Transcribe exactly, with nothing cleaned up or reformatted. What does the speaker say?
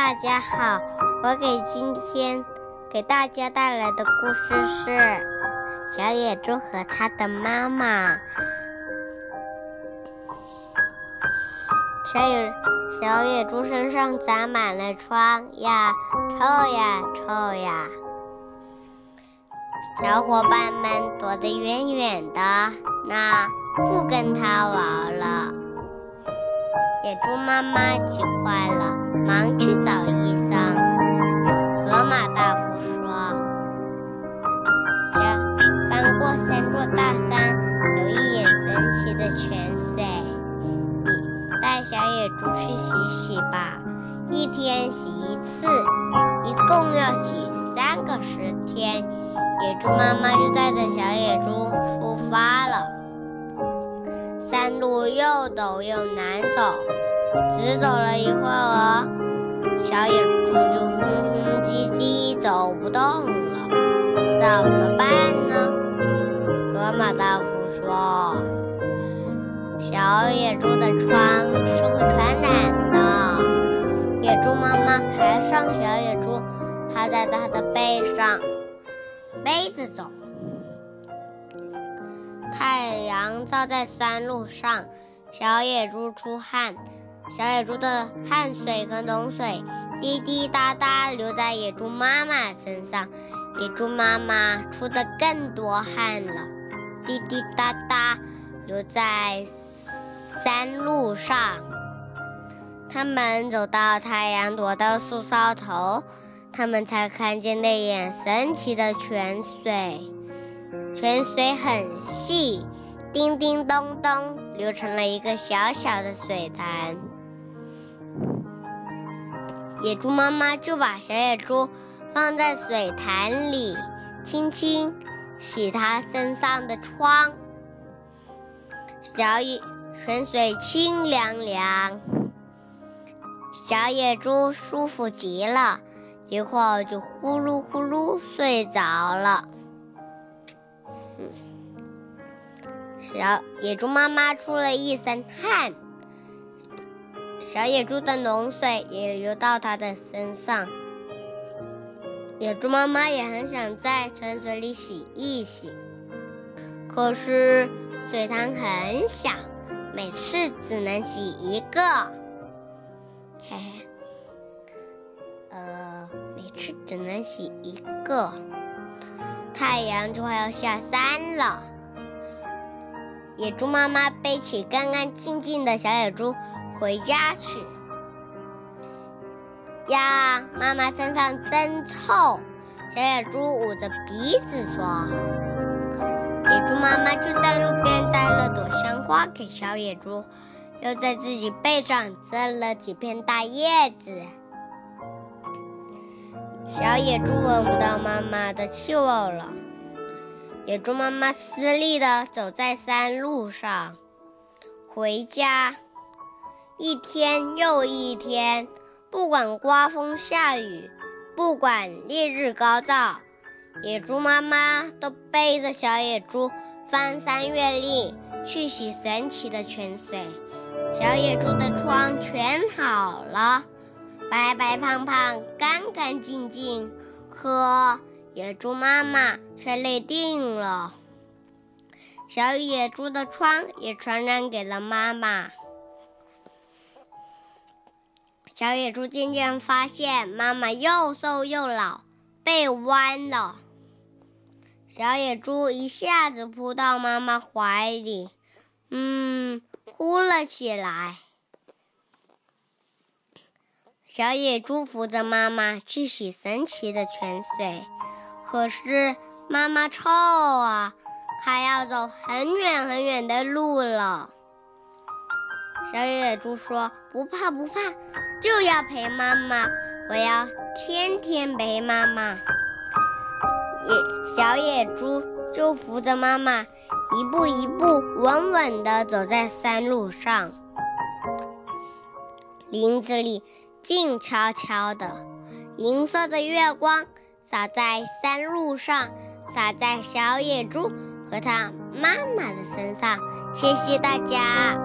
大家好，我给今天给大家带来的故事是小野猪和它的妈妈。小野小野猪身上长满了疮呀，臭呀臭呀，小伙伴们躲得远远的，那不跟它玩了。野猪妈妈急坏了，忙去找医生。河马大夫说，翻过三座大山，有一眼神奇的泉水，你带小野猪去洗洗吧，一天洗一次，一共要洗三个十天。野猪妈妈就带着小野猪出发了。山路又陡又难走，只走了一会儿，小野猪就哼哼唧唧走不动了，怎么办呢？河马大夫说，小野猪的疮是会传染的。野猪妈妈抬上小野猪，趴在它的背上，背着走。太阳照在山路上，小野猪出汗，小野猪的汗水和脓水滴滴答答流在野猪妈妈身上，野猪妈妈出的更多汗了，滴滴答答流在山路上。他们走到太阳躲到树梢头，他们才看见那眼神奇的泉水。泉水很细，叮叮咚咚流成了一个小小的水潭。野猪妈妈就把小野猪放在水潭里，轻轻洗它身上的疮。小野泉水清凉凉，小野猪舒服极了，一会儿就呼噜呼噜睡着了。小野猪妈妈出了一身汗，小野猪的脓水也流到它的身上。野猪妈妈也很想在泉水里洗一洗，可是水塘很小，每次只能洗一个。嘿嘿，呃，每次只能洗一个，太阳就快要下山了。野猪妈妈背起干干净净的小野猪回家去。呀，妈妈身上真臭！小野猪捂着鼻子说。野猪妈妈就在路边摘了朵香花给小野猪，又在自己背上摘了几片大叶子。小野猪闻不到妈妈的气味了。野猪妈妈吃力地走在山路上回家，一天又一天，不管刮风下雨，不管烈日高照，野猪妈妈都背着小野猪翻山越岭去洗神奇的泉水。小野猪的疮全好了，白白胖胖，干干净净，可野猪妈妈却累定了，小野猪的疮也传染给了妈妈。小野猪渐渐发现妈妈又瘦又老，背弯了。小野猪一下子扑到妈妈怀里，嗯，哭了起来。小野猪扶着妈妈去洗神奇的泉水，可是妈妈臭啊，还要走很远很远的路了。小野猪说，不怕不怕，就要陪妈妈，我要天天陪妈妈。野小野猪就扶着妈妈一步一步稳稳地走在山路上。林子里静悄悄的，银色的月光洒在山路上，洒在小野猪和它妈妈的身上。谢谢大家。